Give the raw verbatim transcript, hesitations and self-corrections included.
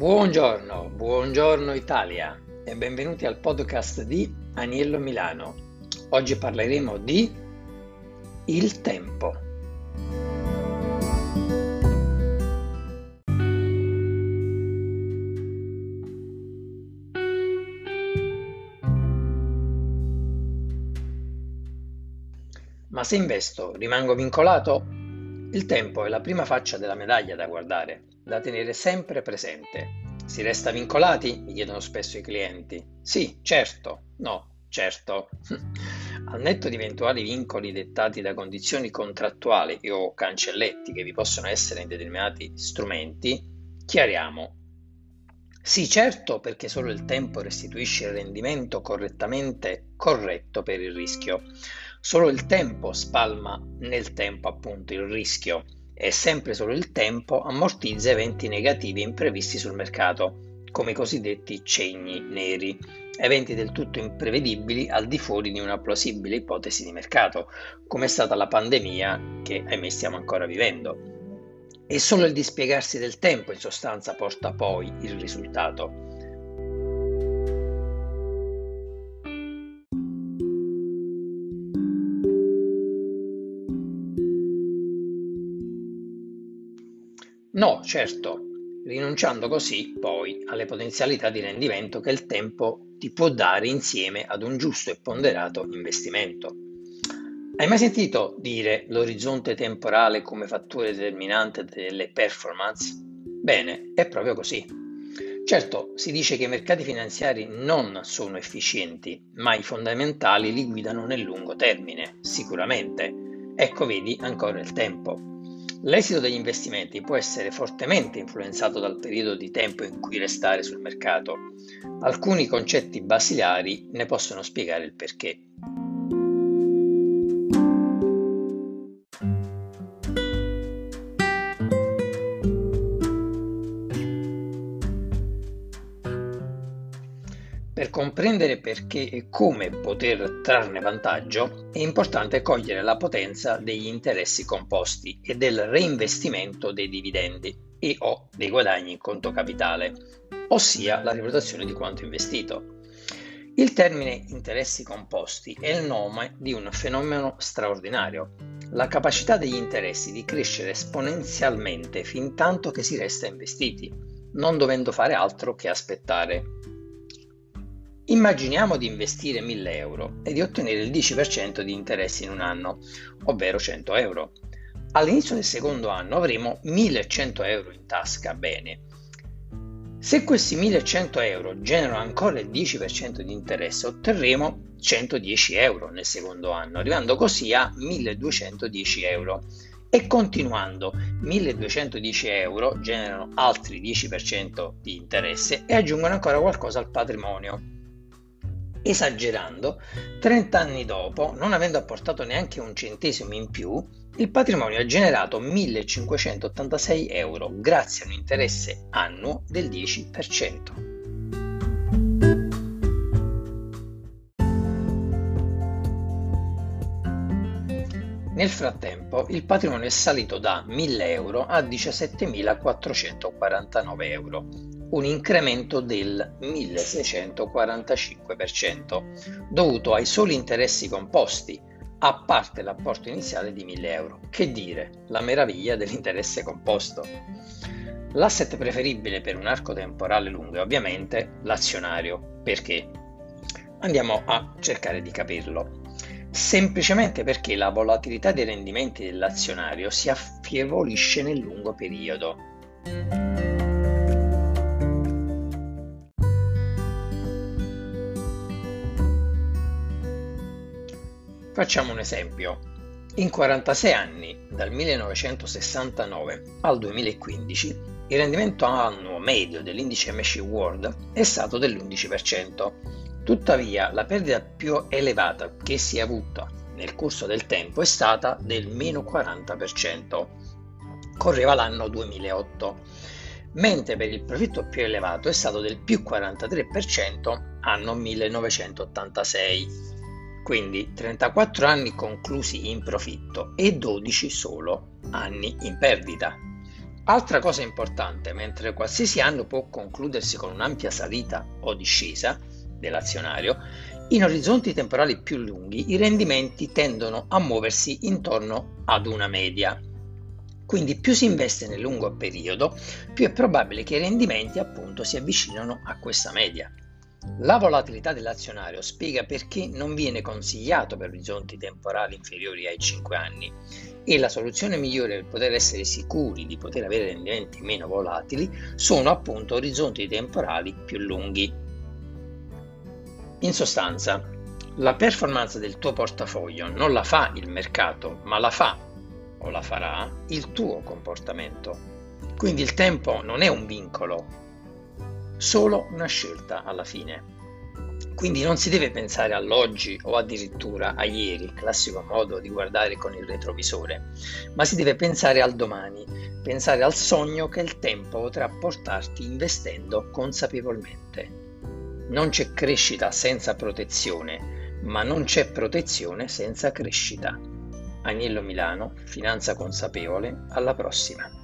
Buongiorno, buongiorno Italia e benvenuti al podcast di Aniello Milano. Oggi parleremo di il tempo. Ma se investo, rimango vincolato? Il tempo è la prima faccia della medaglia da guardare, da tenere sempre presente. Si resta vincolati? Mi chiedono spesso i clienti. Sì, certo. No, certo. Al netto di eventuali vincoli dettati da condizioni contrattuali o cancelletti che vi possono essere in determinati strumenti, chiariamo. Sì, certo, perché solo il tempo restituisce il rendimento correttamente corretto per il rischio. Solo il tempo spalma nel tempo appunto il rischio e sempre solo il tempo ammortizza eventi negativi e imprevisti sul mercato, come i cosiddetti cegni neri, eventi del tutto imprevedibili al di fuori di una plausibile ipotesi di mercato, come è stata la pandemia che ahimè stiamo ancora vivendo. E solo il dispiegarsi del tempo in sostanza porta poi il risultato. No, certo, rinunciando così poi alle potenzialità di rendimento che il tempo ti può dare insieme ad un giusto e ponderato investimento. Hai mai sentito dire l'orizzonte temporale come fattore determinante delle performance? Bene, è proprio così. Certo, si dice che i mercati finanziari non sono efficienti, ma i fondamentali li guidano nel lungo termine, sicuramente. Ecco, vedi ancora il tempo. L'esito degli investimenti può essere fortemente influenzato dal periodo di tempo in cui restare sul mercato. Alcuni concetti basilari ne possono spiegare il perché. Per comprendere perché e come poter trarne vantaggio, è importante cogliere la potenza degli interessi composti e del reinvestimento dei dividendi e o dei guadagni in conto capitale, ossia la rivalutazione di quanto investito. Il termine interessi composti è il nome di un fenomeno straordinario, la capacità degli interessi di crescere esponenzialmente fin tanto che si resta investiti, non dovendo fare altro che aspettare. Immaginiamo di investire mille euro e di ottenere il dieci per cento di interessi in un anno, ovvero cento euro. All'inizio del secondo anno avremo millecento euro in tasca, bene. Se questi millecento euro generano ancora il dieci per cento di interesse, otterremo centodieci euro nel secondo anno, arrivando così a milleduecentodieci euro. E continuando, milleduecentodieci euro generano altri dieci per cento di interesse e aggiungono ancora qualcosa al patrimonio. Esagerando, trenta anni dopo, non avendo apportato neanche un centesimo in più, il patrimonio ha generato millecinquecentottantasei euro grazie a un interesse annuo del dieci per cento. Nel frattempo, il patrimonio è salito da mille euro a diciassettemilaquattrocentoquarantanove euro, un incremento del milleseicentoquarantacinque per cento, dovuto ai soli interessi composti, a parte l'apporto iniziale di mille euro. Che dire, la meraviglia dell'interesse composto. L'asset preferibile per un arco temporale lungo è ovviamente l'azionario. Perché? Andiamo a cercare di capirlo. Semplicemente perché la volatilità dei rendimenti dell'azionario si affievolisce nel lungo periodo. Facciamo un esempio. In quarantasei anni, dal millenovecentosessantanove al duemilaquindici, il rendimento annuo medio dell'indice M S C I World è stato dell'undici per cento. Tuttavia, la perdita più elevata che si è avuta nel corso del tempo è stata del meno quaranta per cento. Correva l'anno duemilaotto, mentre per il profitto più elevato è stato del più quarantatré per cento anno millenovecentottantasei. Quindi trentaquattro anni conclusi in profitto e dodici solo anni in perdita. Altra cosa importante, mentre qualsiasi anno può concludersi con un'ampia salita o discesa dell'azionario, in orizzonti temporali più lunghi i rendimenti tendono a muoversi intorno ad una media. Quindi più si investe nel lungo periodo, più è probabile che i rendimenti appunto si avvicinino a questa media. La volatilità dell'azionario spiega perché non viene consigliato per orizzonti temporali inferiori ai cinque anni e la soluzione migliore per poter essere sicuri di poter avere rendimenti meno volatili sono appunto orizzonti temporali più lunghi. In sostanza, la performance del tuo portafoglio non la fa il mercato, ma la fa o la farà il tuo comportamento. Quindi il tempo non è un vincolo, solo una scelta alla fine. Quindi non si deve pensare all'oggi o addirittura a ieri, il classico modo di guardare con il retrovisore, ma si deve pensare al domani, pensare al sogno che il tempo potrà portarti investendo consapevolmente. Non c'è crescita senza protezione, ma non c'è protezione senza crescita. Agnello Milano, Finanza Consapevole, alla prossima!